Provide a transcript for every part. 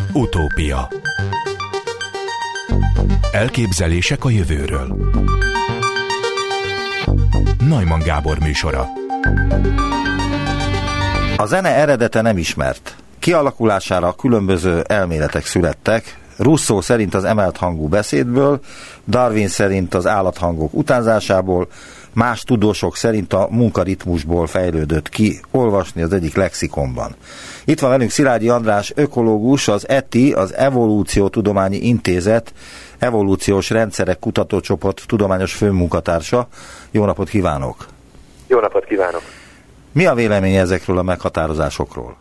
Utópia. Elképzelések a jövőről. Neumann Gábor műsora. A zene eredete nem ismert. Kialakulására különböző elméletek születtek. Rousseau szerint az emelt hangú beszédből, Darwin szerint az állathangok utánzásából, más tudósok szerint a munkaritmusból fejlődött ki, olvasni az egyik lexikonban. Itt van velünk Szilágyi András ökológus, az ETI, az Evolúciótudományi Intézet evolúciós rendszerek kutatócsoport tudományos főmunkatársa. Jó napot kívánok! Jó napot kívánok! Mi a vélemény ezekről a meghatározásokról?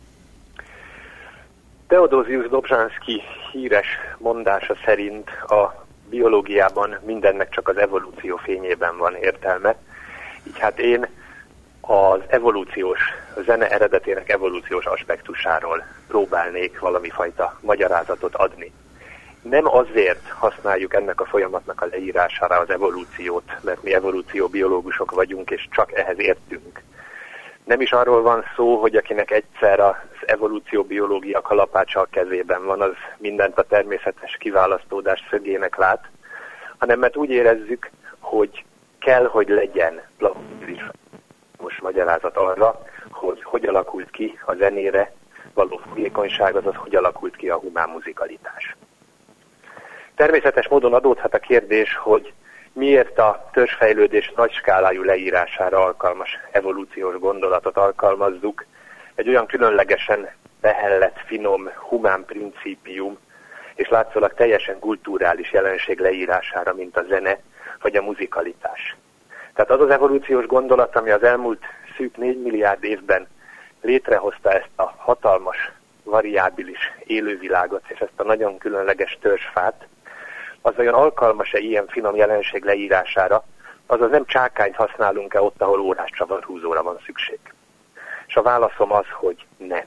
Teodosius Dobzsánszky híres mondása szerint a biológiában mindennek csak az evolúció fényében van értelme. Így hát én az zene eredetének evolúciós aspektusáról próbálnék valami fajta magyarázatot adni. Nem azért használjuk ennek a folyamatnak a leírására az evolúciót, mert mi evolúcióbiológusok vagyunk, és csak ehhez értünk. Nem is arról van szó, hogy akinek egyszer az evolúcióbiológia kalapácsa a kezében van, az mindent a természetes kiválasztódás szögének lát, hanem mert úgy érezzük, hogy kell, hogy legyen most magyarázat arra, hogy alakult ki a zenére való fogékonyság, azaz hogy alakult ki a humán muzikalitás. Természetes módon adódhat a kérdés, hogy miért a törzsfejlődés nagy skálájú leírására alkalmas evolúciós gondolatot alkalmazzuk, egy olyan különlegesen behellett, finom, humán principium, és látszólag teljesen kulturális jelenség leírására, mint a zene vagy a muzikalitás. Tehát az az evolúciós gondolat, ami az elmúlt szűk 4 milliárd évben létrehozta ezt a hatalmas, variábilis élővilágot, és ezt a nagyon különleges törzsfát, az olyan alkalmas-e ilyen finom jelenség leírására, azaz nem csákányt használunk-e ott, ahol órás csavarhúzóra van szükség. És a válaszom az, hogy nem.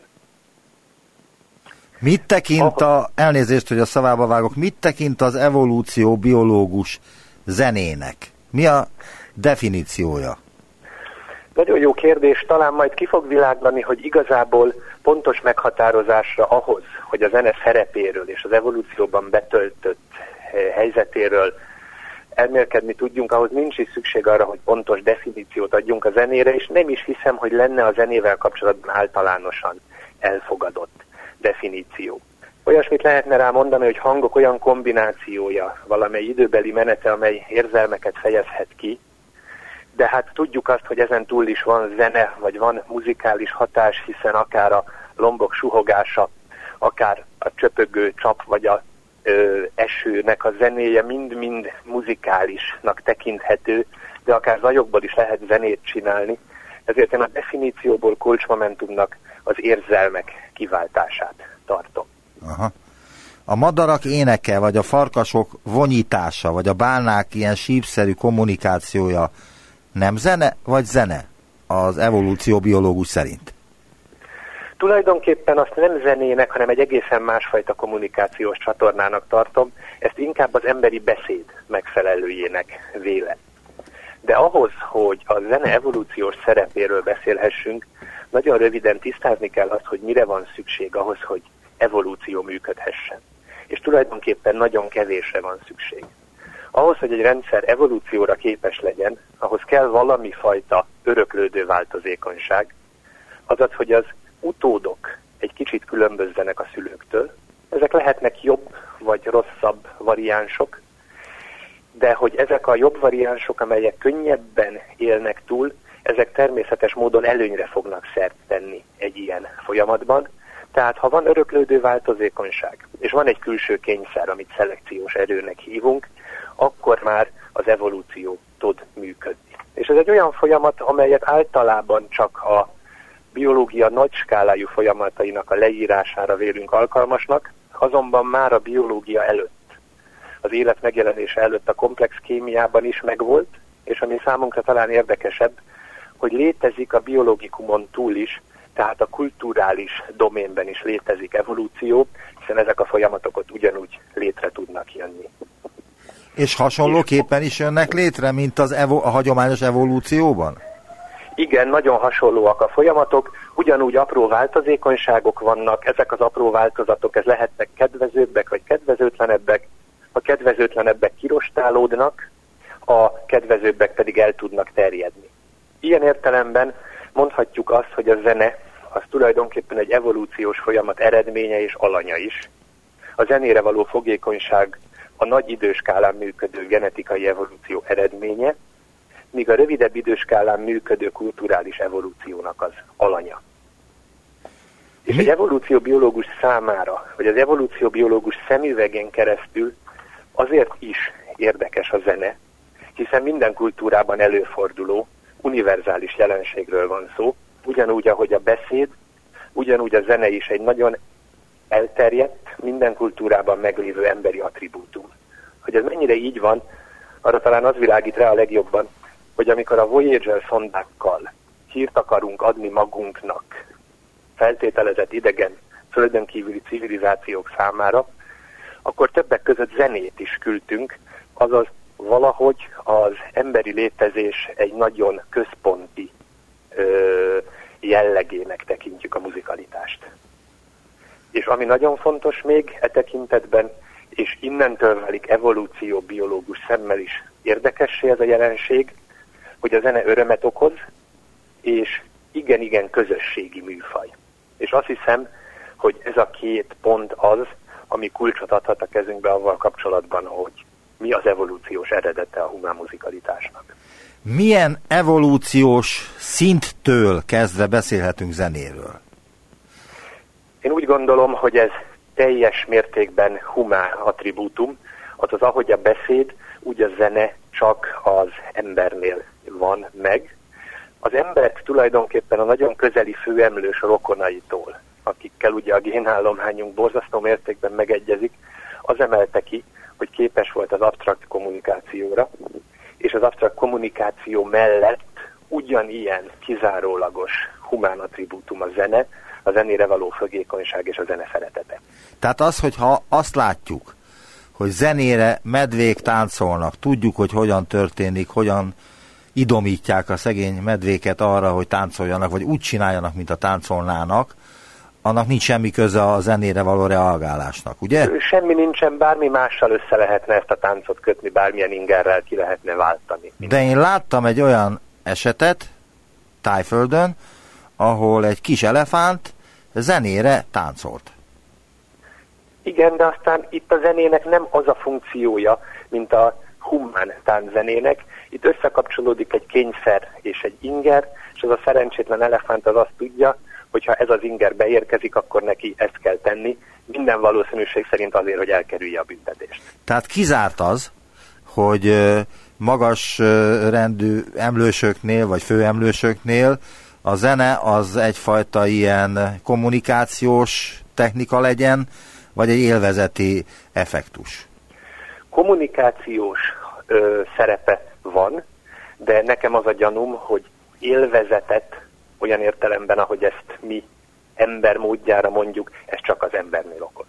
Mit tekint elnézést, hogy a szavába vágok, mit tekint az evolúció biológus zenének? Mi a definíciója? Nagyon jó kérdés, talán majd ki fog világlani, hogy igazából pontos meghatározásra ahhoz, hogy a zene szerepéről és az evolúcióban betöltött helyzetéről elmélkedni tudjunk, ahhoz nincs is szükség arra, hogy pontos definíciót adjunk a zenére, és nem is hiszem, hogy lenne a zenével kapcsolatban általánosan elfogadott definíció. Olyasmit lehetne rá mondani, hogy hangok olyan kombinációja, valamely időbeli menete, amely érzelmeket fejezhet ki, de hát tudjuk azt, hogy ezen túl is van zene, vagy van muzikális hatás, hiszen akár a lombok suhogása, akár a csöpögő csap, vagy a esőnek a zenéje mind-mind muzikálisnak tekinthető, de akár zajokból is lehet zenét csinálni, ezért én a definícióból kulcsmomentumnak az érzelmek kiváltását tartom. Aha. A madarak éneke, vagy a farkasok vonyítása, vagy a bálnák ilyen sípszerű kommunikációja nem zene, vagy zene az evolúcióbiológus szerint? Tulajdonképpen azt nem zenének, hanem egy egészen másfajta kommunikációs csatornának tartom, ezt inkább az emberi beszéd megfelelőjének vélem. De ahhoz, hogy a zene evolúciós szerepéről beszélhessünk, nagyon röviden tisztázni kell azt, hogy mire van szükség ahhoz, hogy evolúció működhessen. És tulajdonképpen nagyon kevésre van szükség. Ahhoz, hogy egy rendszer evolúcióra képes legyen, ahhoz kell valami fajta öröklődő változékonyság, azaz, hogy az utódok egy kicsit különbözzenek a szülőktől. Ezek lehetnek jobb vagy rosszabb variánsok, de hogy ezek a jobb variánsok, amelyek könnyebben élnek túl, ezek természetes módon előnyre fognak szert tenni egy ilyen folyamatban. Tehát ha van öröklődő változékonyság, és van egy külső kényszer, amit szelekciós erőnek hívunk, akkor már az evolúció tud működni. És ez egy olyan folyamat, amelyet általában csak a biológia nagy skálájú folyamatainak a leírására vélünk alkalmasnak, azonban már a biológia előtt, az élet megjelenése előtt a komplex kémiában is megvolt, és ami számunkra talán érdekesebb, hogy létezik a biológikumon túl is, tehát a kulturális doménben is létezik evolúció, hiszen ezek a folyamatok ott ugyanúgy létre tudnak jönni. És hasonlóképpen is jönnek létre, mint a hagyományos evolúcióban? Igen, nagyon hasonlóak a folyamatok, ugyanúgy apró változékonyságok vannak, ezek az apró változatok, ez lehetnek kedvezőbbek vagy kedvezőtlenebbek, a kedvezőtlenebbek kirostálódnak, a kedvezőbbek pedig el tudnak terjedni. Ilyen értelemben mondhatjuk azt, hogy a zene az tulajdonképpen egy evolúciós folyamat eredménye és alanya is. A zenére való fogékonyság a nagy időskálán működő genetikai evolúció eredménye, míg a rövidebb időskálán működő kulturális evolúciónak az alanya. És egy evolúcióbiológus számára, vagy az evolúcióbiológus szemüvegén keresztül azért is érdekes a zene, hiszen minden kultúrában előforduló, univerzális jelenségről van szó, ugyanúgy, ahogy a beszéd, ugyanúgy a zene is egy nagyon elterjedt, minden kultúrában meglévő emberi attribútum. Hogy ez mennyire így van, arra talán az világít rá a legjobban, hogy amikor a Voyager szondákkal hírt akarunk adni magunknak feltételezett idegen, földön kívüli civilizációk számára, akkor többek között zenét is küldtünk, azaz valahogy az emberi létezés egy nagyon központi jellegének tekintjük a muzikalitást. És ami nagyon fontos még e tekintetben, és innentől válik evolúcióbiológus szemmel is érdekessé ez a jelenség, hogy a zene örömet okoz, és igen-igen közösségi műfaj. És azt hiszem, hogy ez a két pont az, ami kulcsot adhat a kezünkbe avval kapcsolatban, hogy mi az evolúciós eredete a humán muzikalitásnak. Milyen evolúciós szinttől kezdve beszélhetünk zenéről? Én úgy gondolom, hogy ez teljes mértékben humán attribútum, azaz ahogy a beszéd, úgy a zene csak az embernél van meg. Az embert tulajdonképpen a nagyon közeli főemlős rokonaitól, akikkel ugye a génállományunk borzasztó mértékben megegyezik, az emelte ki, hogy képes volt az absztrakt kommunikációra, és az absztrakt kommunikáció mellett ugyanilyen kizárólagos humán attribútum a zene, a zenére való fogékonyság és a zene szeretete. Tehát az, hogyha azt látjuk, hogy zenére medvék táncolnak, tudjuk, hogy hogyan történik, hogyan idomítják a szegény medvéket arra, hogy táncoljanak, vagy úgy csináljanak, mint a táncolnának, annak nincs semmi köze a zenére való reagálásnak, ugye? Semmi nincsen, bármi mással össze lehetne ezt a táncot kötni, bármilyen ingerrel ki lehetne váltani. De én láttam egy olyan esetet Tájföldön, ahol egy kis elefánt zenére táncolt. Igen, de aztán itt a zenének nem az a funkciója, mint a humán tánczenének. Itt összekapcsolódik egy kényszer és egy inger, és az a szerencsétlen elefánt az azt tudja, hogyha ez az inger beérkezik, akkor neki ezt kell tenni, minden valószínűség szerint azért, hogy elkerülje a büntetést. Tehát kizárt az, hogy magas rendű emlősöknél, vagy főemlősöknél a zene az egyfajta ilyen kommunikációs technika legyen, vagy egy élvezeti effektus? Kommunikációs szerepe van, de nekem az a gyanúm, hogy élvezetet olyan értelemben, ahogy ezt mi ember módjára mondjuk, ez csak az embernél okoz.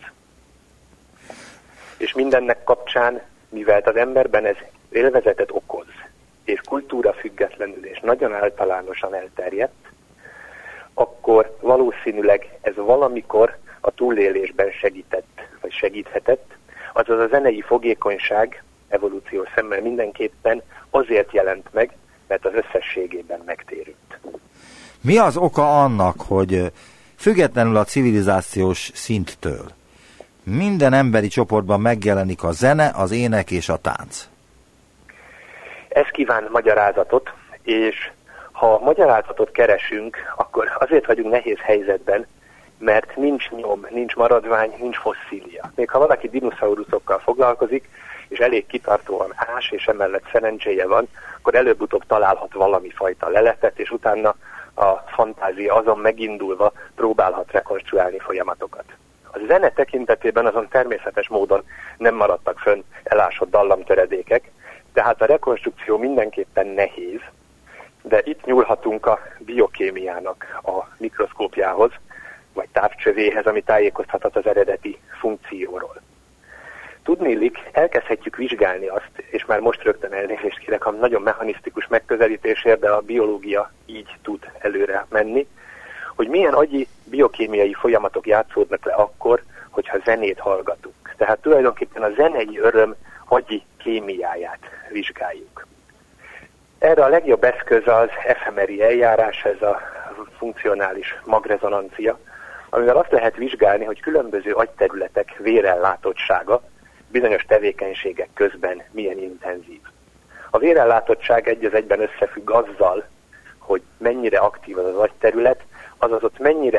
És mindennek kapcsán, mivel az emberben ez élvezetet okoz, és kultúra függetlenül, és nagyon általánosan elterjedt, akkor valószínűleg ez valamikor a túlélésben segített, vagy segíthetett, azaz a zenei fogékonyság evolúciós szemmel mindenképpen azért jelent meg, mert az összességében megtérült. Mi az oka annak, hogy függetlenül a civilizációs szinttől minden emberi csoportban megjelenik a zene, az ének és a tánc? Ez kíván magyarázatot, és ha magyarázatot keresünk, akkor azért vagyunk nehéz helyzetben, mert nincs nyom, nincs maradvány, nincs fosszília. Még ha valaki dinoszauruszokkal foglalkozik, és elég kitartóan ás, és emellett szerencséje van, akkor előbb-utóbb találhat valami fajta leletet, és utána a fantázia azon megindulva próbálhat rekonstruálni folyamatokat. A zene tekintetében azon természetes módon nem maradtak fönn elásott dallamtöredékek, tehát a rekonstrukció mindenképpen nehéz, de itt nyúlhatunk a biokémiának a mikroszkópjához, vagy távcsövéhez, ami tájékoztathat az eredeti funkcióról. Tudniillik, elkezdhetjük vizsgálni azt, és már most rögtön elnézést kérek a nagyon mechanisztikus megközelítésért, de a biológia így tud előre menni, hogy milyen agyi biokémiai folyamatok játszódnak le akkor, hogyha zenét hallgatunk. Tehát tulajdonképpen a zenei öröm agyi kémiáját vizsgáljuk. Erre a legjobb eszköz az fMRI eljárás, ez a funkcionális magrezonancia, amivel azt lehet vizsgálni, hogy különböző agyterületek vérellátottsága bizonyos tevékenységek közben milyen intenzív. A vérellátottság egy az egyben összefügg azzal, hogy mennyire aktív az agyterület, azaz ott mennyire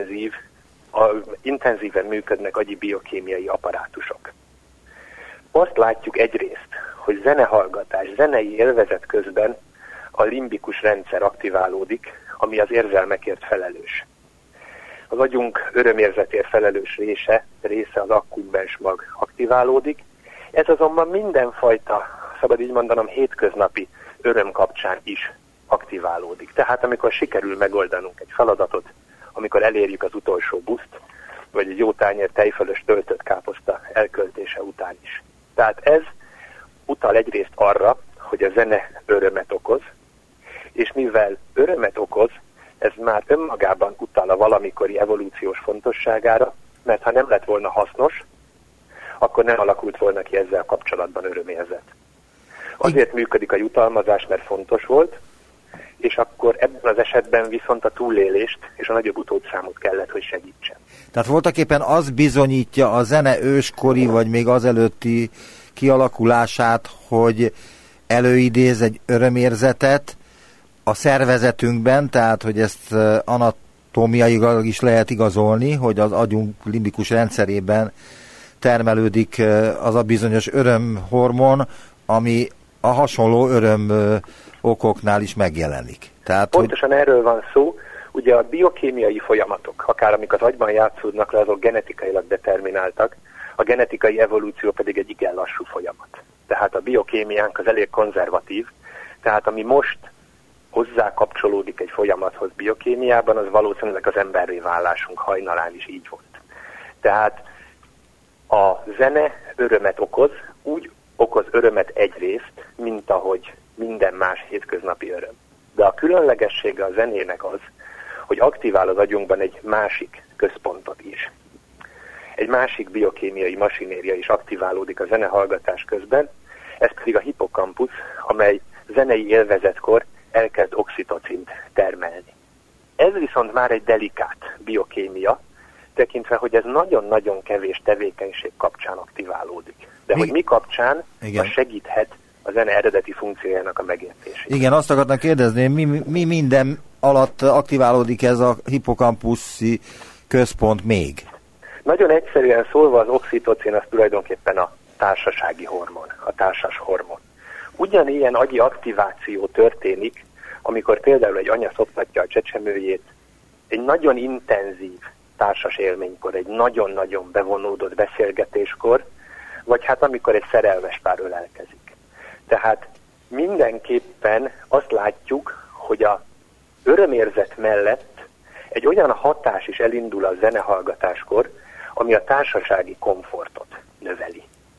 intenzíven működnek agyi biokémiai apparátusok. Azt látjuk egyrészt, hogy zenehallgatás, zenei élvezet közben a limbikus rendszer aktiválódik, ami az érzelmekért felelős. Az agyunk örömérzetért felelős része az akkumbens mag aktiválódik. Ez azonban mindenfajta, szabad így mondanom, hétköznapi öröm kapcsán is aktiválódik. Tehát amikor sikerül megoldanunk egy feladatot, amikor elérjük az utolsó buszt, vagy egy jó tányér tejfölös töltött káposzta elköltése után is. Tehát ez utal egyrészt arra, hogy a zene örömet okoz, és mivel örömet okoz, ez már önmagában utal a valamikori evolúciós fontosságára, mert ha nem lett volna hasznos, akkor nem alakult volna ki ezzel kapcsolatban örömérzet. Azért működik a jutalmazás, mert fontos volt, és akkor ebben az esetben viszont a túlélést és a nagyobb utódszámot kellett, hogy segítsen. Tehát voltaképpen az bizonyítja a zene őskori, vagy még azelőtti kialakulását, hogy előidéz egy örömérzetet a szervezetünkben, tehát hogy ezt anatómiailag is lehet igazolni, hogy az agyunk limbikus rendszerében termelődik az a bizonyos örömhormon, ami a hasonló öröm okoknál is megjelenik. Tehát, pontosan erről van szó. Ugye a biokémiai folyamatok, akár amik az agyban játszódnak le, azok genetikailag determináltak, a genetikai evolúció pedig egy igen lassú folyamat. Tehát a biokémiánk az elég konzervatív, tehát ami most hozzá kapcsolódik egy folyamathoz biokémiában, az valószínűleg az emberré válásunk hajnalán is így volt. Tehát a zene örömet okoz, úgy okoz örömet egyrészt, mint ahogy minden más hétköznapi öröm. De a különlegessége a zenének az, hogy aktivál az agyunkban egy másik központot is. Egy másik biokémiai masinéria is aktiválódik a zenehallgatás közben, ez pedig a hippokampusz, amely zenei élvezetkor elkezd oxitocint termelni. Ez viszont már egy delikát biokémia, tekintve, hogy ez nagyon-nagyon kevés tevékenység kapcsán aktiválódik. De hogy mi kapcsán, az segíthet a zene eredeti funkciójának a megértését. Igen, azt akartam kérdezni, mi minden alatt aktiválódik ez a hippokampuszi központ még? Nagyon egyszerűen szólva az oxitocin az tulajdonképpen a társasági hormon, a társas hormon. Ugyanilyen agyi aktiváció történik, amikor például egy anya szoptatja a csecsemőjét egy nagyon intenzív társas élménykor, egy nagyon-nagyon bevonódott beszélgetéskor, vagy hát amikor egy szerelmes pár ölelkezik. Tehát mindenképpen azt látjuk, hogy a örömérzet mellett egy olyan hatás is elindul a zenehallgatáskor, ami a társasági komfortot növeli.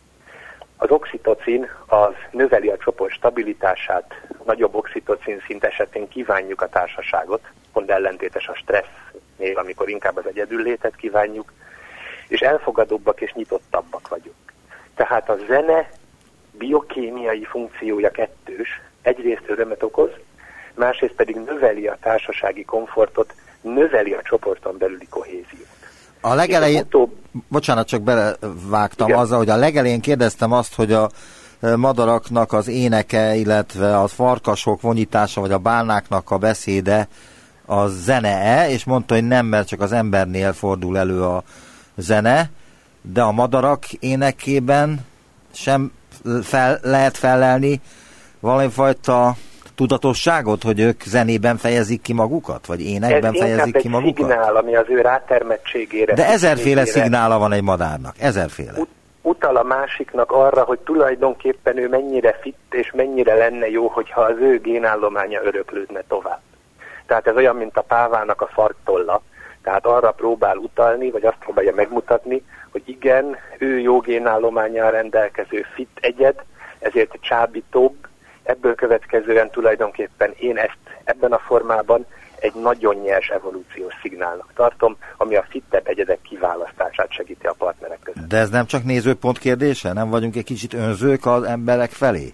Az oxitocin az növeli a csoport stabilitását, nagyobb oxitocin szint esetén kívánjuk a társaságot, pont ellentétes a stressznél, amikor inkább az egyedüllétet kívánjuk, és elfogadóbbak és nyitottabbak vagyunk. Tehát a zene biokémiai funkciója kettős, egyrészt örömet okoz, másrészt pedig növeli a társasági komfortot, növeli a csoporton belüli kohéziót. A legelején, bocsánat, csak belevágtam azzal, hogy a legelején kérdeztem azt, hogy a madaraknak az éneke, illetve a farkasok vonyítása, vagy a bálnáknak a beszéde a zene-e, és mondta, hogy nem, mert csak az embernél fordul elő a zene, de a madarak énekében sem lehet fellelni valamifajta tudatosságot, hogy ők zenében fejezik ki magukat, vagy énekben fejezik ki magukat? Ez szignál, ami az ő rátermettségére. De ezerféle szignála van egy madárnak, ezerféle. Utal a másiknak arra, hogy tulajdonképpen ő mennyire fit, és mennyire lenne jó, hogyha az ő génállománya öröklődne tovább. Tehát ez olyan, mint a pávának a farktolla. Tehát arra próbál utalni, vagy azt próbálja megmutatni, hogy igen, ő jó génállománnyal rendelkező fit egyed, ezért csábítóbb, ebből következően tulajdonképpen én ezt ebben a formában egy nagyon nyers evolúciós szignálnak tartom, ami a fittebb egyedek kiválasztását segíti a partnerek között. De ez nem csak nézőpont kérdése? Nem vagyunk egy kicsit önzők az emberek felé?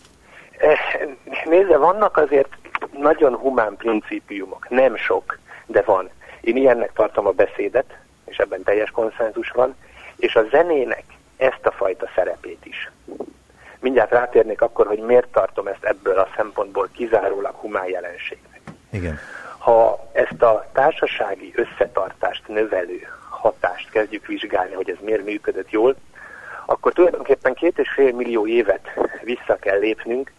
Nézze, vannak azért nagyon humán principiumok, nem sok, de van. Én ilyennek tartom a beszédet, és ebben teljes konszenzus van, és a zenének ezt a fajta szerepét is. Mindjárt rátérnék akkor, hogy miért tartom ezt ebből a szempontból kizárólag humán jelenségnek. Igen. Ha ezt a társasági összetartást növelő hatást kezdjük vizsgálni, hogy ez miért működött jól, akkor tulajdonképpen 2,5 millió évet vissza kell lépnünk,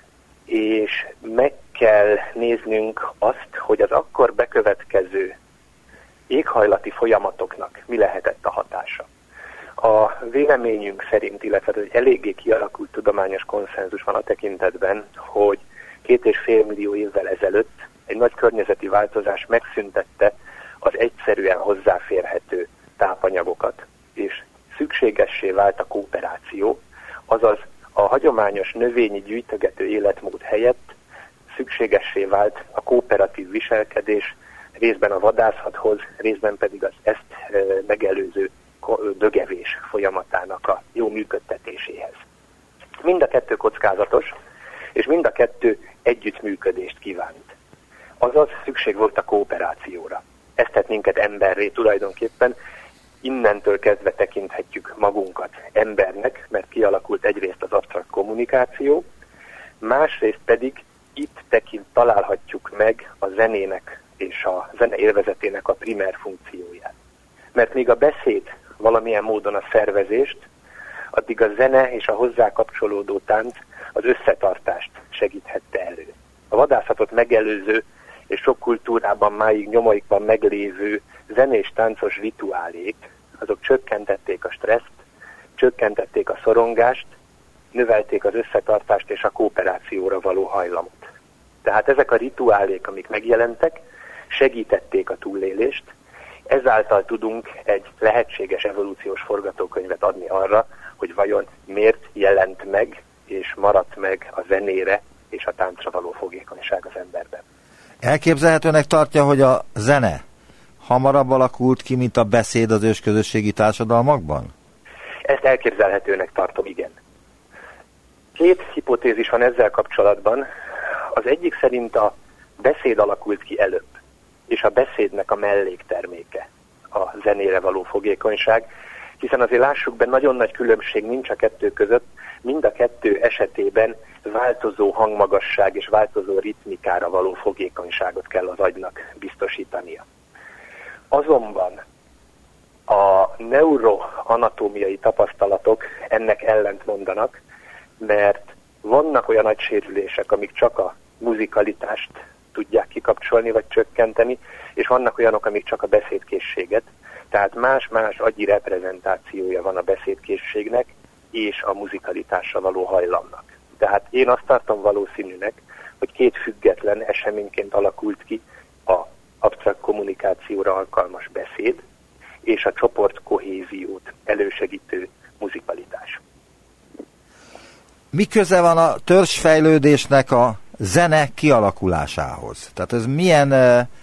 és meg kell néznünk azt, hogy az akkor bekövetkező éghajlati folyamatoknak mi lehetett a hatása. A véleményünk szerint, illetve egy eléggé kialakult tudományos konszenzus van a tekintetben, hogy 2,5 millió évvel ezelőtt egy nagy környezeti változás megszüntette az egyszerűen hozzáférhető tápanyagokat, és szükségessé vált a kooperáció, azaz a hagyományos növényi gyűjtögető életmód helyett szükségessé vált a kooperatív viselkedés, részben a vadászathoz, részben pedig az ezt megelőző dögevés folyamatának a jó működtetéséhez. Mind a kettő kockázatos, és mind a kettő együttműködést kívánt. Azaz szükség volt a kooperációra. Ez tett minket emberré tulajdonképpen, innentől kezdve tekinthetjük magunkat embernek, mert kialakult egyrészt az absztrakt kommunikáció, másrészt pedig itt találhatjuk meg a zenének és a zene élvezetének a primer funkcióját. Mert míg a beszéd valamilyen módon a szervezést, addig a zene és a hozzá kapcsolódó tánc az összetartást segíthette elő. A vadászatot megelőző és sok kultúrában máig nyomaikban meglévő zenés táncos rituálék, azok csökkentették a stresszt, csökkentették a szorongást, növelték az összetartást és a kooperációra való hajlamot. Tehát ezek a rituálék, amik megjelentek, segítették a túlélést, ezáltal tudunk egy lehetséges evolúciós forgatókönyvet adni arra, hogy vajon miért jelent meg és maradt meg a zenére és a táncra való fogékonyság az emberben. Elképzelhetőnek tartja, hogy a zene hamarabb alakult ki, mint a beszéd az ősközösségi társadalmakban? Ezt elképzelhetőnek tartom, igen. Két hipotézis van ezzel kapcsolatban. Az egyik szerint a beszéd alakult ki előbb, és a beszédnek a mellékterméke a zenére való fogékonyság, hiszen azért lássuk be, nagyon nagy különbség nincs a kettő között, mind a kettő esetében változó hangmagasság és változó ritmikára való fogékonyságot kell az agynak biztosítania. Azonban a neuroanatómiai tapasztalatok ennek ellent mondanak, mert vannak olyan agysérülések, amik csak a muzikalitást tudják kikapcsolni vagy csökkenteni, és vannak olyanok, amik csak a beszédkészséget, tehát más-más agyi reprezentációja van a beszédkészségnek és a muzikalitásra való hajlamnak. Tehát én azt tartom valószínűnek, hogy két független eseményként alakult ki a absztrakt kommunikációra alkalmas beszéd és a csoport kohéziót elősegítő muzikalitás. Mi köze van a törzsfejlődésnek a zene kialakulásához? Tehát ez milyen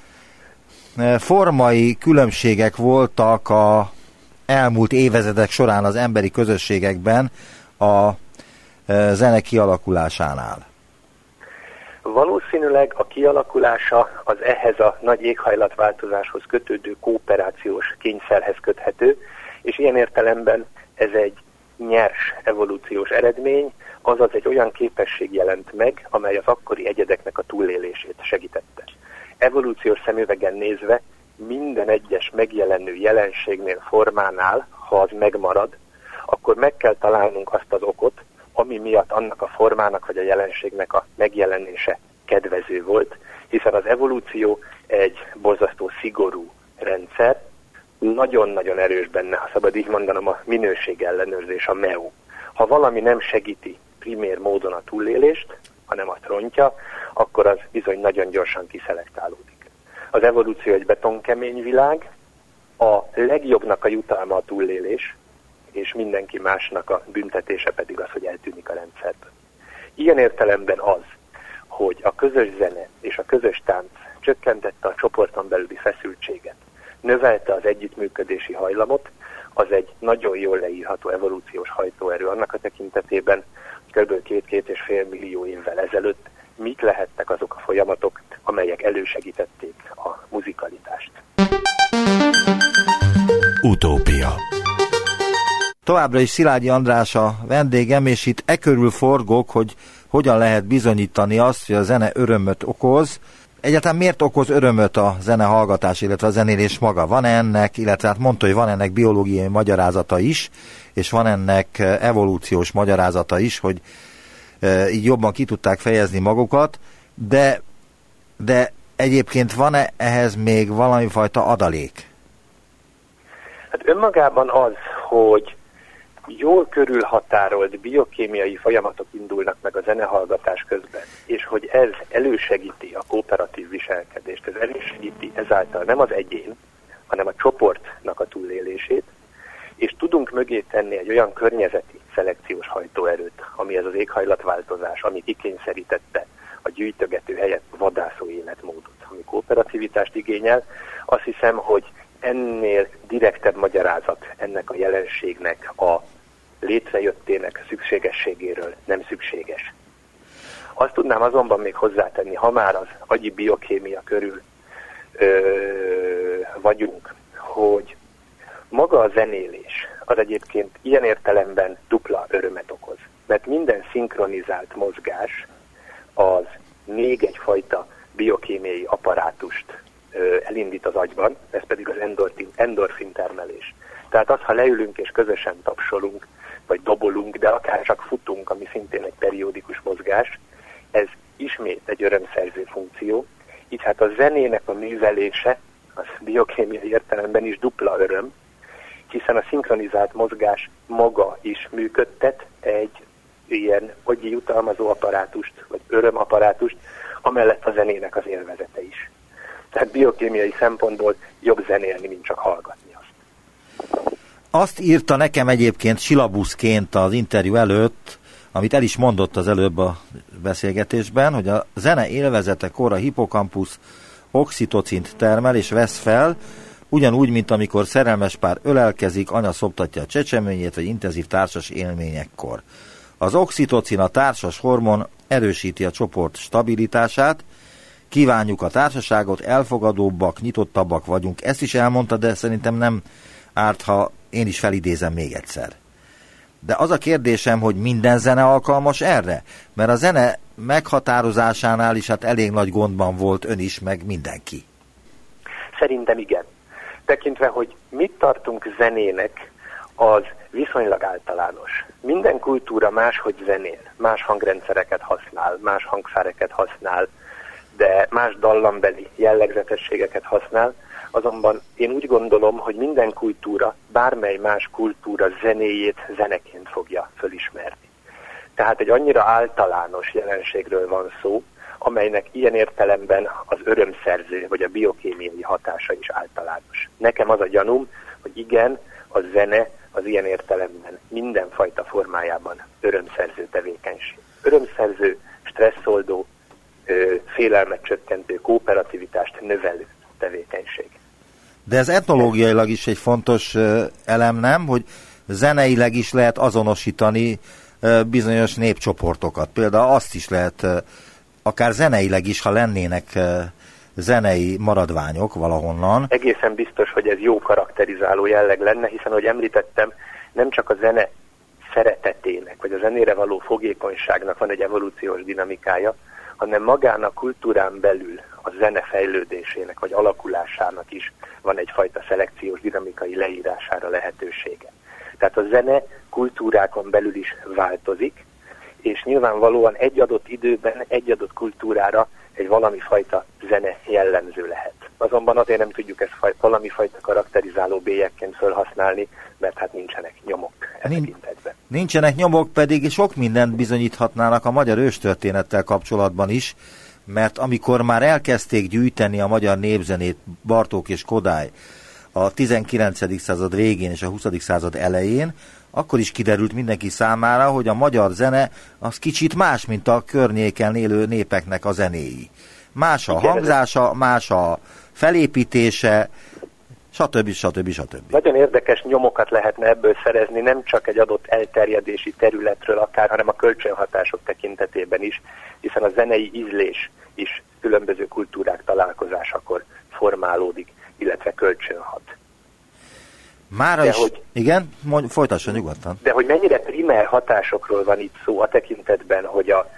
formai különbségek voltak a elmúlt évezredek során az emberi közösségekben a zene kialakulásánál? Valószínűleg a kialakulása az ehhez a nagy éghajlatváltozáshoz kötődő kooperációs kényszerhez köthető, és ilyen értelemben ez egy nyers evolúciós eredmény, azaz egy olyan képesség jelent meg, amely az akkori egyedeknek a túlélését segítette. Evolúciós szemüvegen nézve minden egyes megjelenő jelenségnél, formánál, ha az megmarad, akkor meg kell találnunk azt az okot, ami miatt annak a formának vagy a jelenségnek a megjelenése kedvező volt, hiszen az evolúció egy borzasztó szigorú rendszer, nagyon-nagyon erős benne, ha szabad így mondanom, a minőségellenőrzés, a MEO. Ha valami nem segíti primér módon a túlélést, hanem azt rontja, akkor az bizony nagyon gyorsan kiszelektálódik. Az evolúció egy betonkemény világ, a legjobbnak a jutalma a túlélés, és mindenki másnak a büntetése pedig az, hogy eltűnik a rendszerből. Ilyen értelemben az, hogy a közös zene és a közös tánc csökkentette a csoporton belüli feszültséget, növelte az együttműködési hajlamot, az egy nagyon jól leírható evolúciós hajtóerő annak a tekintetében, hogy kb. 2-2,5 millió évvel ezelőtt mik lehettek azok a folyamatok, amelyek elősegítették a muzikalitást. Utópia. Továbbra is Szilágyi András a vendégem, és itt körül forgok, hogy hogyan lehet bizonyítani azt, hogy a zene örömöt okoz. Egyáltalán miért okoz örömöt a zene hallgatás, illetve a zenélés maga? Van ennek, illetve hát mondta, hogy van ennek biológiai magyarázata is, és van ennek evolúciós magyarázata is, hogy így jobban ki tudták fejezni magukat, de egyébként van-e ehhez még valamifajta adalék? Hát önmagában az, hogy jól körülhatárolt biokémiai folyamatok indulnak meg a zenehallgatás közben, és hogy ez elősegíti a kooperatív viselkedést, ez elősegíti ezáltal nem az egyén, hanem a csoportnak a túlélését, és tudunk mögé tenni egy olyan környezeti szelekciós hajtóerőt, ami ez az éghajlatváltozás, ami kikényszerítette a gyűjtögető helyett vadászó életmódot, ami kooperativitást igényel. Azt hiszem, hogy ennél direktebb magyarázat ennek a jelenségnek a létrejöttének szükségességéről nem szükséges. Azt tudnám azonban még hozzátenni, ha már az agyi biokémia körül vagyunk, hogy maga a zenélés az egyébként ilyen értelemben dupla örömet okoz. Mert minden szinkronizált mozgás az még egyfajta biokémiai apparátust elindít az agyban, ez pedig az endorfin termelés. Tehát az, ha leülünk és közösen tapsolunk, vagy dobolunk, de akár csak futunk, ami szintén egy periódikus mozgás, ez ismét egy örömszerző funkció, így hát a zenének a művelése, az biokémiai értelemben is dupla öröm, hiszen a szinkronizált mozgás maga is működtet egy ilyen agyi jutalmazó apparátust, vagy örömapparátust, amellett a zenének az élvezete is. Tehát biokémiai szempontból jobb zenélni, mint csak hallgatni azt. Azt írta nekem egyébként silabuszként az interjú előtt, amit el is mondott az előbb a beszélgetésben, hogy a zene élvezetekor a hippokampusz oxitocint termel és vesz fel, ugyanúgy, mint amikor szerelmes pár ölelkezik, anya szoptatja a csecsemőjét, vagy intenzív társas élményekkor. Az oxitocin, a társas hormon erősíti a csoport stabilitását, kívánjuk a társaságot, elfogadóbbak, nyitottabbak vagyunk. Ezt is elmondta, de szerintem nem árt, ha én is felidézem még egyszer. De az a kérdésem, hogy minden zene alkalmas erre? Mert a zene meghatározásánál is hát elég nagy gondban volt ön is, meg mindenki. Szerintem igen. Tekintve, hogy mit tartunk zenének, az viszonylag általános. Minden kultúra máshogy zenél, más hangrendszereket használ, más hangszereket használ, de más dallambeli jellegzetességeket használ, azonban én úgy gondolom, hogy minden kultúra, bármely más kultúra zenéjét zeneként fogja fölismerni. Tehát egy annyira általános jelenségről van szó, amelynek ilyen értelemben az örömszerző vagy a biokémiai hatása is általános. Nekem az a gyanúm, hogy igen, a zene az ilyen értelemben mindenfajta formájában örömszerző tevékenység. Örömszerző, stresszoldó, félelmet csökkentő, kooperativitást növelő tevékenység. De ez etnológiailag is egy fontos elem, nem? Hogy zeneileg is lehet azonosítani bizonyos népcsoportokat. Például azt is lehet, akár zeneileg is, ha lennének zenei maradványok valahonnan. Egészen biztos, hogy ez jó karakterizáló jelleg lenne, hiszen, ahogy említettem, nem csak a zene szeretetének, vagy a zenére való fogékonyságnak van egy evolúciós dinamikája, hanem magán a kultúrán belül a zene fejlődésének, vagy alakulásának is van egyfajta szelekciós dinamikai leírására lehetősége. Tehát a zene kultúrákon belül is változik, és nyilvánvalóan egy adott időben, egy adott kultúrára egy valamifajta zene jellemző lehet. Azonban azért nem tudjuk ezt valamifajta karakterizáló bélyekként felhasználni, mert hát nincsenek nyomok e tekintetben. Nincsenek nyomok, pedig sok mindent bizonyíthatnának a magyar őstörténettel kapcsolatban is. mert amikor már elkezdték gyűjteni a magyar népzenét Bartók és Kodály a 19. század végén és a 20. század elején, akkor is kiderült mindenki számára, hogy a magyar zene az kicsit más, mint a környéken élő népeknek a zenéi. Más a hangzása, más a felépítése, stb. Nagyon érdekes nyomokat lehetne ebből szerezni, nem csak egy adott elterjedési területről akár, hanem a kölcsönhatások tekintetében is, hiszen a zenei ízlés is különböző kultúrák találkozásakor formálódik, illetve kölcsönhat. Mára is, igen, folytassa nyugodtan. De hogy mennyire primer hatásokról van itt szó a tekintetben, hogy a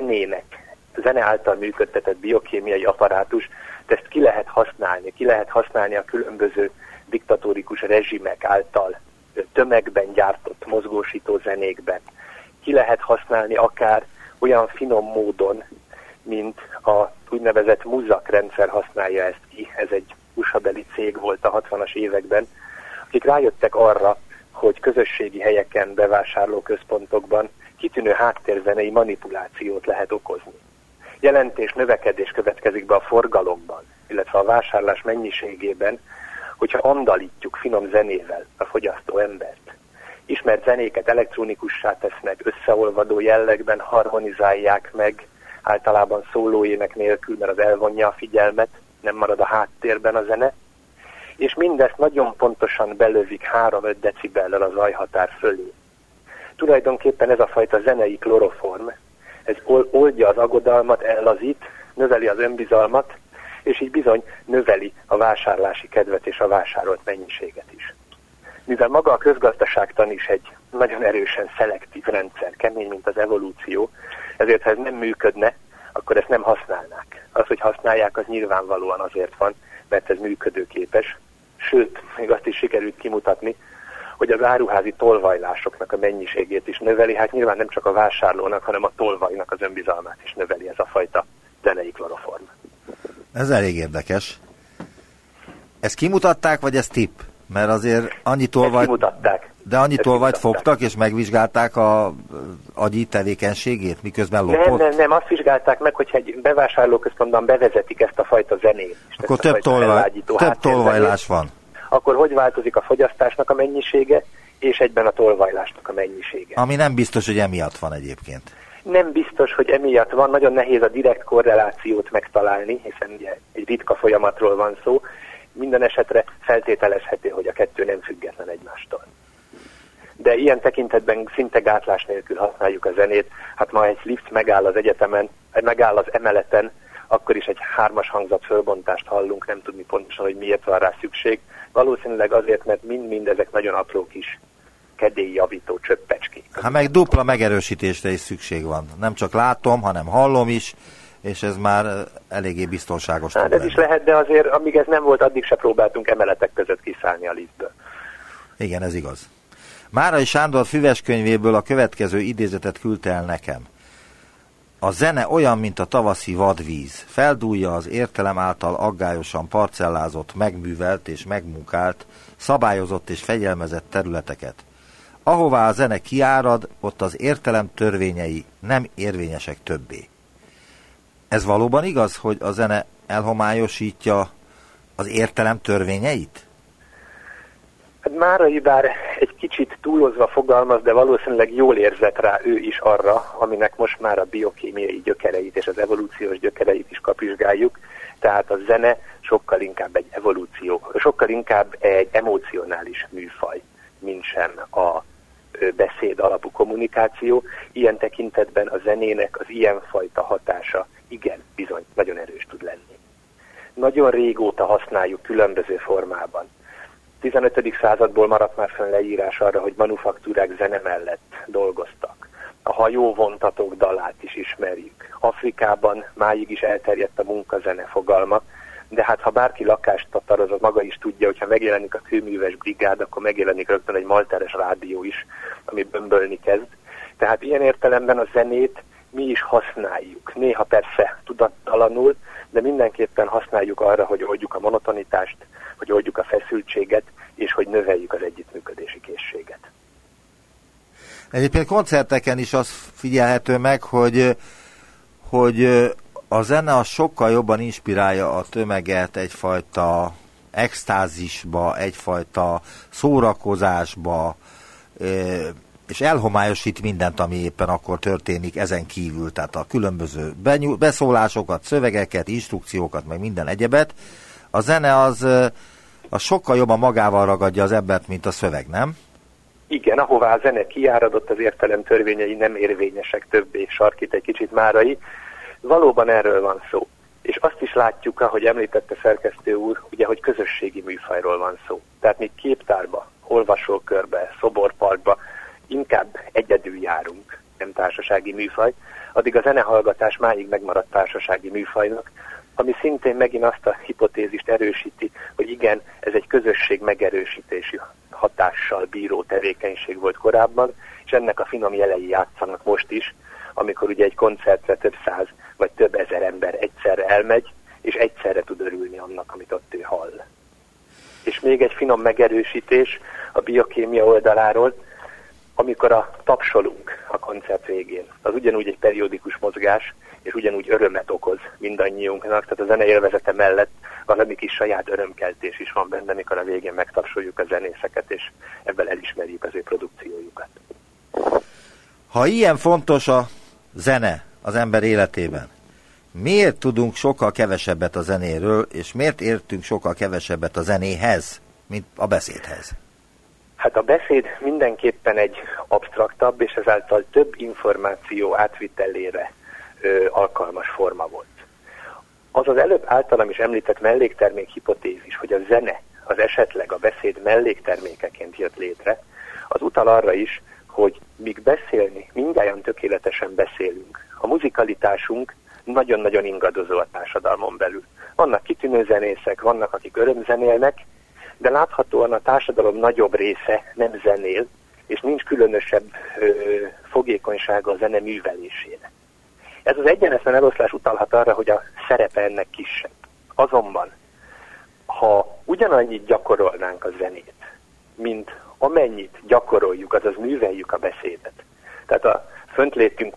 zene által működtetett biokémiai apparátus, ezt ki lehet használni a különböző diktatórikus rezsimek által tömegben gyártott mozgósító zenékben. Ki lehet használni akár olyan finom módon, mint a úgynevezett Muzak rendszer használja ezt ki. Ez egy USA-beli cég volt a 60-as években, akik rájöttek arra, hogy közösségi helyeken, bevásárlóközpontokban kitűnő háttérzenei manipulációt lehet okozni. Jelentés növekedés következik be a forgalomban, illetve a vásárlás mennyiségében, hogyha andalítjuk finom zenével a fogyasztó embert. Ismert zenéket elektronikussá tesznek, összeolvadó jellegben harmonizálják meg, általában szólóének nélkül, mert az elvonja a figyelmet, nem marad a háttérben a zene, és mindezt nagyon pontosan belövik 3-5 decibellel a zajhatár fölé. Tulajdonképpen ez a fajta zenei kloroform, ez oldja az aggodalmat, ellazít, növeli az önbizalmat, és így bizony növeli a vásárlási kedvet és a vásárolt mennyiséget is. Mivel maga a közgazdaságtan is egy nagyon erősen szelektív rendszer, kemény, mint az evolúció, ezért ha ez nem működne, akkor ezt nem használnák. Az, hogy használják, az nyilvánvalóan azért van, mert ez működőképes. Sőt, még azt is sikerült kimutatni, hogy az áruházi tolvajlásoknak a mennyiségét is növeli, hát nyilván nem csak a vásárlónak, hanem a tolvajnak az önbizalmát is növeli ez a fajta zenei kloroform. Ez elég érdekes. Ezt kimutatták, vagy ez tipp? Mert azért annyi tolvajt... De annyi tolvajt fogtak, és megvizsgálták a agyi tevékenységét, miközben lopott? Nem, azt vizsgálták meg, hogyha egy bevásárlóközpontban bevezetik ezt a fajta zenét. Akkor több tolvajlás van. Akkor hogy változik a fogyasztásnak a mennyisége, és egyben a tolvajlásnak a mennyisége. Ami nem biztos, hogy emiatt van egyébként. Nem biztos, hogy emiatt van, nagyon nehéz a direkt korrelációt megtalálni, hiszen ugye egy ritka folyamatról van szó, minden esetre feltételezhető, hogy a kettő nem független egymástól. De ilyen tekintetben szinte gátlás nélkül használjuk a zenét. Hát ma egy lift megáll az egyetemen, megáll az emeleten, akkor is egy 3-as hangzat fölbontást hallunk, nem tudni pontosan, hogy miért van rá szükség. Valószínűleg azért, mert mind ezek nagyon apró kis kedélyjavító csöppecskék. Hát meg dupla megerősítésre is szükség van. Nem csak látom, hanem hallom is, és ez már eléggé biztonságos. Hát ez is lehet, de azért, amíg ez nem volt, addig se próbáltunk emeletek között kiszállni a liftből. Igen, ez igaz. Márai Sándor füveskönyvéből a következő idézetet küldte el nekem. A zene olyan, mint a tavaszi vadvíz. Feldúlja az értelem által aggályosan parcellázott, megművelt és megmunkált, szabályozott és fegyelmezett területeket. Ahová a zene kiárad, ott az értelem törvényei nem érvényesek többé. Ez valóban igaz, hogy a zene elhomályosítja az értelem törvényeit? Hát Márai bár egy kicsit túlozva fogalmaz, de valószínűleg jól érzett rá ő is arra, aminek most már a biokémiai gyökereit és az evolúciós gyökereit is kapizsgáljuk. Tehát a zene sokkal inkább egy emocionális műfaj, mint sem a beszéd alapú kommunikáció. Ilyen tekintetben a zenének az ilyenfajta hatása igen, bizony, nagyon erős tud lenni. Nagyon régóta használjuk különböző formában. 15. századból maradt már fenn leírás arra, hogy manufaktúrák zene mellett dolgoztak. A hajóvontatók dalát is ismerjük. Afrikában máig is elterjedt a munkazene fogalma, de hát ha bárki lakást tataroz, az maga is tudja, hogyha megjelenik a kőműves brigád, akkor megjelenik rögtön egy malteres rádió is, ami bömbölni kezd. Tehát ilyen értelemben a zenét mi is használjuk. Néha persze tudattalanul, de mindenképpen használjuk arra, hogy oldjuk a monotonitást, hogy oldjuk a feszültséget, és hogy növeljük az együttműködési készséget. Egyébként koncerteken is az figyelhető meg, hogy a zene az sokkal jobban inspirálja a tömeget egyfajta extázisba, egyfajta szórakozásba, és elhomályosít mindent, ami éppen akkor történik ezen kívül, tehát a különböző beszólásokat, szövegeket, instrukciókat, meg minden egyebet. A zene az sokkal jobban magával ragadja az embert, mint a szöveg, nem? Igen, ahová a zene kiáradott, az értelem törvényei nem érvényesek, többé sarkít egy kicsit Márai. Valóban erről van szó. És azt is látjuk, ahogy említette szerkesztő úr, ugye, hogy közösségi műfajról van szó. Tehát mi képtárba, olvasókörbe, szoborparkba inkább egyedül járunk, nem társasági műfaj, addig a zenehallgatás máig megmaradt társasági műfajnak, ami szintén megint azt a hipotézist erősíti, hogy igen, ez egy közösség megerősítési hatással bíró tevékenység volt korábban, és ennek a finom jelei játszanak most is, amikor ugye egy koncertre több száz vagy több ezer ember egyszerre elmegy, és egyszerre tud örülni annak, amit ott ő hall. És még egy finom megerősítés a biokémia oldaláról, amikor tapsolunk a koncert végén. Az ugyanúgy egy periódikus mozgás, és ugyanúgy örömet okoz mindannyiunknak, tehát a zene élvezete mellett valami kis saját örömkeltés is van benne, amikor a végén megtapsoljuk a zenészeket, és ebből elismerjük az ő produkciójukat. Ha ilyen fontos a zene az ember életében, miért tudunk sokkal kevesebbet a zenéről, és miért értünk sokkal kevesebbet a zenéhez, mint a beszédhez? Hát a beszéd mindenképpen egy absztraktabb, és ezáltal több információ átvitelére alkalmas forma volt. Az az előbb általam is említett melléktermék hipotézis, hogy a zene az esetleg a beszéd melléktermékeként jött létre, az utal arra is, hogy míg beszélni, mindjárt tökéletesen beszélünk. A muzikalitásunk nagyon-nagyon ingadozó a társadalmon belül. Vannak kitűnő zenészek, vannak, akik örömzenélnek, de láthatóan a társadalom nagyobb része nem zenél, és nincs különösebb fogékonysága a zene művelésére. Ez az egyenetlen eloszlás utalhat arra, hogy a szerepe ennek kisebb. Azonban, ha ugyanannyit gyakorolnánk a zenét, mint amennyit gyakoroljuk, azaz műveljük a beszédet. Tehát fönt létünk,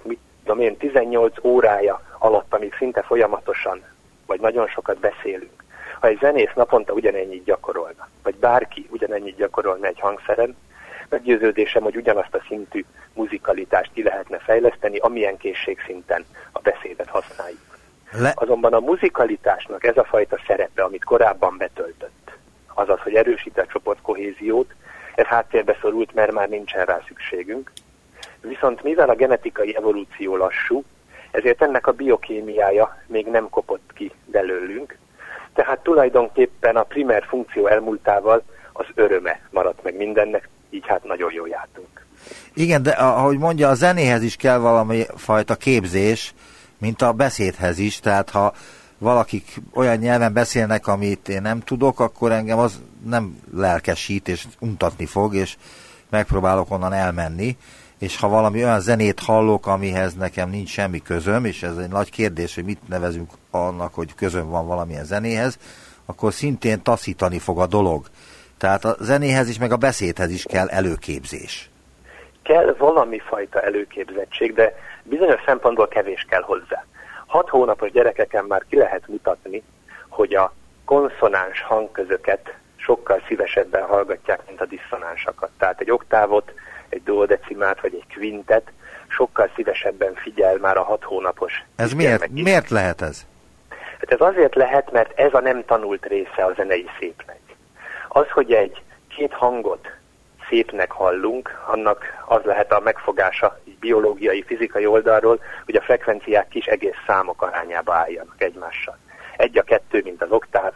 18 órája alatt, amíg szinte folyamatosan, vagy nagyon sokat beszélünk. Ha egy zenész naponta ugyanennyit gyakorolna, vagy bárki ugyanennyit gyakorolna egy hangszeren, meggyőződésem, hogy ugyanazt a szintű muzikalitást ki lehetne fejleszteni, amilyen készségszinten a beszédet használjuk. Azonban a muzikalitásnak ez a fajta szerepe, amit korábban betöltött, azaz, hogy erősíti a csoportkohéziót, ez háttérbe szorult, mert már nincsen rá szükségünk. Viszont mivel a genetikai evolúció lassú, ezért ennek a biokémiája még nem kopott ki belőlünk, tehát tulajdonképpen a primer funkció elmúltával az öröme maradt meg mindennek, így hát nagyon jól jártunk. Igen, de ahogy mondja, a zenéhez is kell valami fajta képzés, mint a beszédhez is, tehát ha valakik olyan nyelven beszélnek, amit én nem tudok, akkor engem az nem lelkesít, és untatni fog, és megpróbálok onnan elmenni, és ha valami olyan zenét hallok, amihez nekem nincs semmi közöm, és ez egy nagy kérdés, hogy mit nevezünk annak, hogy közöm van valamilyen zenéhez, akkor szintén taszítani fog a dolog. Tehát a zenéhez is, meg a beszédhez is kell előképzés. Kell valami fajta előképzettség, de bizonyos szempontból kevés kell hozzá. 6 hónapos gyerekeken már ki lehet mutatni, hogy a konszonáns hangközöket sokkal szívesebben hallgatják, mint a disszonánsakat. Tehát egy oktávot, egy duodecimát vagy egy kvintet sokkal szívesebben figyel már a 6 hónapos. Ez miért lehet ez? Hát ez azért lehet, mert ez a nem tanult része a zenei szépnek. Az, hogy egy két hangot szépnek hallunk, annak az lehet a megfogása biológiai, fizikai oldalról, hogy a frekvenciák kis egész számok arányába álljanak egymással. 1-2, mint az oktáv,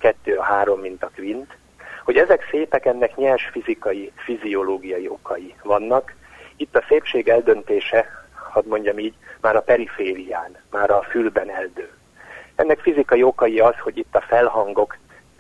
2-3, mint a kvint. Hogy ezek szépek, ennek nyers fizikai, fiziológiai okai vannak. Itt a szépség eldöntése, hadd mondjam így, már a periférián, már a fülben eldől. Ennek fizikai okai az, hogy itt a felhangok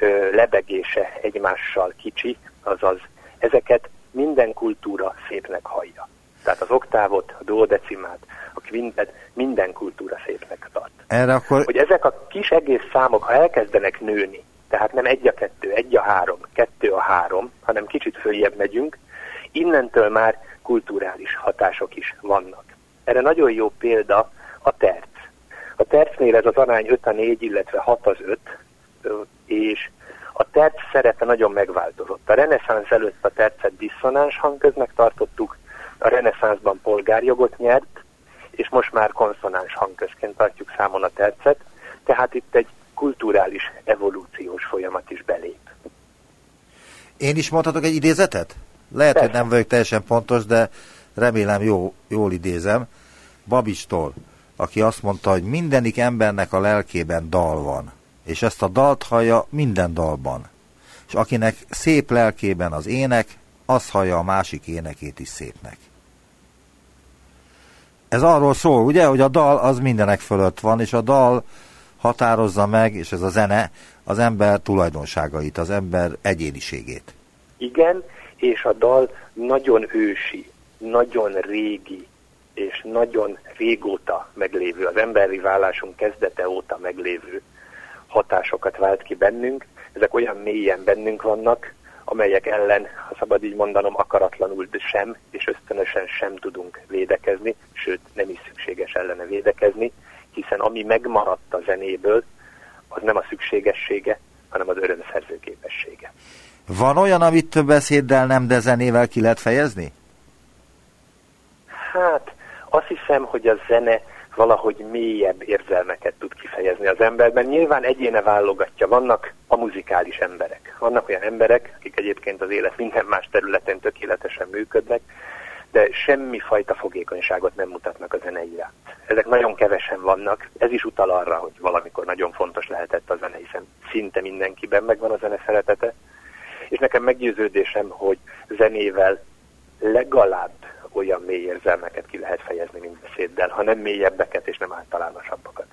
lebegése egymással kicsi, azaz ezeket minden kultúra szépnek hallja. Tehát az oktávot, a duodecimát, a kvintet minden kultúra szépnek tart. Hogy ezek a kis egész számok, ha elkezdenek nőni, tehát nem 1-2, 1-3, 2-3, hanem kicsit följebb megyünk, innentől már kulturális hatások is vannak. Erre nagyon jó példa a terc. A tercnél ez az arány 5-4, illetve 6-5, és a terc szerepe nagyon megváltozott. A reneszánsz előtt a tercet diszonáns hangköznek tartottuk, a reneszánszban polgárjogot nyert, és most már konszonáns hangközként tartjuk számon a tercet, tehát itt egy kulturális evolúciós folyamat is belép. Én is mondhatok egy idézetet? Lehet, Persze. hogy nem vagyok teljesen pontos, de remélem jól idézem. Babistól, aki azt mondta, hogy mindenik embernek a lelkében dal van, és ezt a dalt hallja minden dalban. És akinek szép lelkében az ének, az hallja a másik énekét is szépnek. Ez arról szól, ugye, hogy a dal az mindenek fölött van, és a dal határozza meg, és ez a zene, az ember tulajdonságait, az ember egyéniségét. Igen, és a dal nagyon ősi, nagyon régi, és nagyon régóta meglévő, az emberi válásunk kezdete óta meglévő hatásokat vált ki bennünk. Ezek olyan mélyen bennünk vannak, amelyek ellen, ha szabad így mondanom, akaratlanul sem, és ösztönösen sem tudunk védekezni, sőt, nem is szükséges ellene védekezni, hiszen ami megmaradt a zenéből, az nem a szükségessége, hanem az örömszerző képessége. Van olyan, amit több beszéddel nem, de zenével ki lehet fejezni? Hát, azt hiszem, hogy a zene valahogy mélyebb érzelmeket tud kifejezni az emberben. Nyilván egyéne válogatja. Vannak a muzikális emberek. Vannak olyan emberek, akik egyébként az élet minden más területén tökéletesen működnek, de semmifajta fogékonyságot nem mutatnak a zene iránt. Ezek nagyon kevesen vannak. Ez is utal arra, hogy valamikor nagyon fontos lehetett a zene, hiszen szinte mindenkiben megvan a zene szeretete. És nekem meggyőződésem, hogy zenével legalább olyan mély érzelmeket ki lehet fejezni, mint beszéddel, ha nem mélyebbeket és nem általánosabbakat.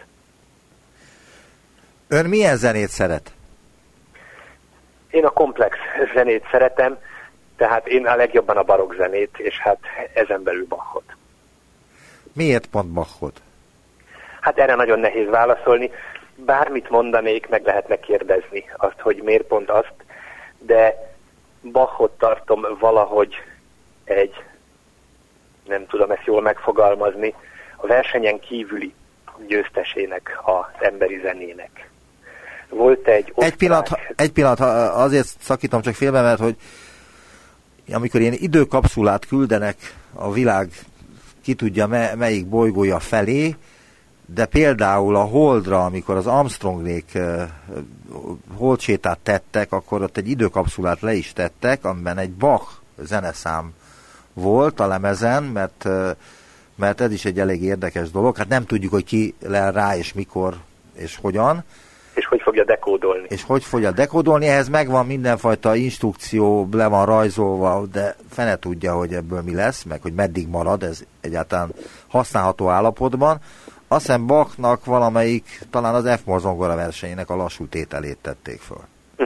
Ön milyen zenét szeret? Én a komplex zenét szeretem, tehát én a legjobban a barokk zenét, és hát ezen belül Bachot. Miért pont Bachot? Hát erre nagyon nehéz válaszolni. Bármit mondanék, meg lehetne kérdezni azt, hogy miért pont azt, de Bachot tartom valahogy egy, nem tudom ezt jól megfogalmazni, a versenyen kívüli győztesének az emberi zenének. Volt egy osztrák... Egy pillanat, azért szakítom csak félbe, mert hogy amikor ilyen időkapszulát küldenek a világ ki tudja melyik bolygója felé, de például a Holdra, amikor az Armstrongnék holdsétát tettek, akkor ott egy időkapszulát le is tettek, amiben egy Bach zeneszám volt a lemezen, mert ez is egy elég érdekes dolog. Hát nem tudjuk, hogy ki lel rá, és mikor, és hogyan. És hogy fogja dekódolni. És hogy fogja dekódolni. Ehhez megvan mindenfajta instrukció, le van rajzolva, de fene tudja, hogy ebből mi lesz, meg hogy meddig marad ez egyáltalán használható állapotban. Azt hiszem Bachnak valamelyik, talán az F-moll zongora versenyének a lassú tételét tették föl.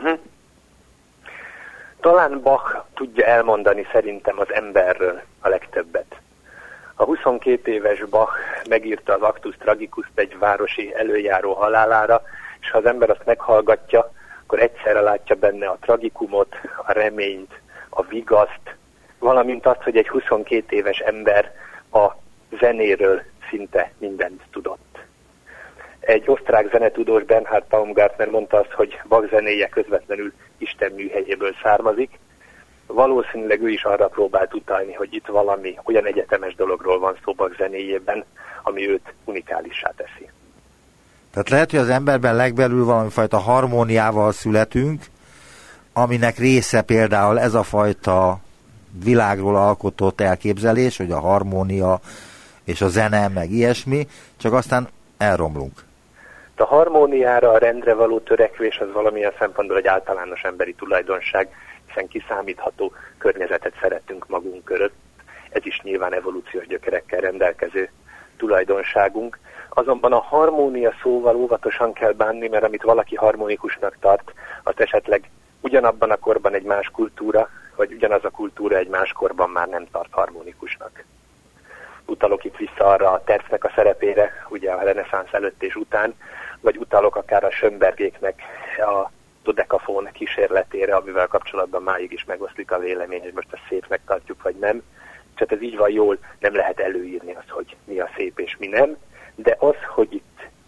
Talán Bach tudja elmondani szerintem az emberről a legtöbbet. A 22 éves Bach megírta az Actus Tragicust egy városi előjáró halálára, és ha az ember azt meghallgatja, akkor egyszerre látja benne a tragikumot, a reményt, a vigaszt, valamint azt, hogy egy 22 éves ember a zenéről szinte mindent tudott. Egy osztrák zenetudós, Bernhard Baumgartner mondta azt, hogy Bach zenéje közvetlenül Isten műhelyéből származik. Valószínűleg ő is arra próbált utalni, hogy itt valami olyan egyetemes dologról van szó Bach zenéjében, ami őt unikálissá teszi. Tehát lehet, hogy az emberben legbelül valamifajta harmóniával születünk, aminek része például ez a fajta világról alkotott elképzelés, hogy a harmónia és a zene, meg ilyesmi, csak aztán elromlunk. A harmóniára, a rendre való törekvés az valamilyen szempontból egy általános emberi tulajdonság, hiszen kiszámítható környezetet szeretünk magunk körött. Ez is nyilván evolúciós gyökerekkel rendelkező tulajdonságunk. Azonban a harmónia szóval óvatosan kell bánni, mert amit valaki harmonikusnak tart, azt esetleg ugyanabban a korban egy más kultúra, vagy ugyanaz a kultúra egy más korban már nem tart harmonikusnak. Utalok itt vissza arra a tercnek a szerepére, ugye a reneszánsz előtt és után, vagy utalok akár a Schönbergéknek a dodekafón kísérletére, amivel kapcsolatban máig is megoszlik a vélemény, hogy most ezt szépnek tartjuk, vagy nem. Csak ez így van jól, nem lehet előírni azt, hogy mi a szép és mi nem, de az, hogy itt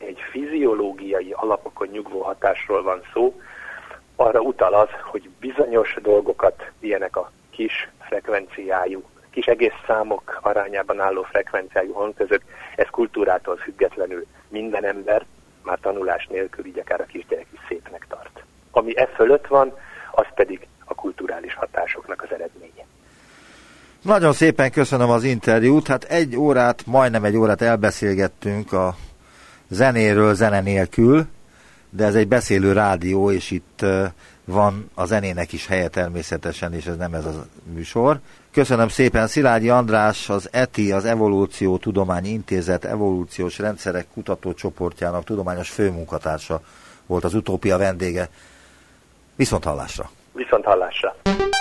egy fiziológiai alapokon nyugvó hatásról van szó, arra utal az, hogy bizonyos dolgokat, ilyenek a kis frekvenciájú, kis egész számok arányában álló frekvenciájú hangközök, ez kultúrától függetlenül minden ember, már tanulás nélkül, így akár a kisgyerek is szépnek tart. Ami e fölött van, az pedig a kulturális hatásoknak az eredménye. Nagyon szépen köszönöm az interjút. Hát majdnem egy órát elbeszélgettünk a zenéről zene nélkül, de ez egy beszélő rádió, és itt van a zenének is helye természetesen, és ez nem ez a műsor. Köszönöm szépen Szilágyi András, az ETI, az Evolúció Tudományi Intézet evolúciós rendszerek kutatócsoportjának tudományos főmunkatársa volt az Utópia vendége. Viszont hallásra! Viszont hallásra!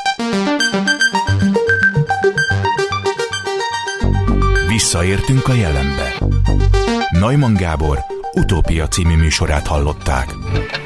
Visszaértünk a jelenbe. Neumann Gábor Utópia című műsorát hallották.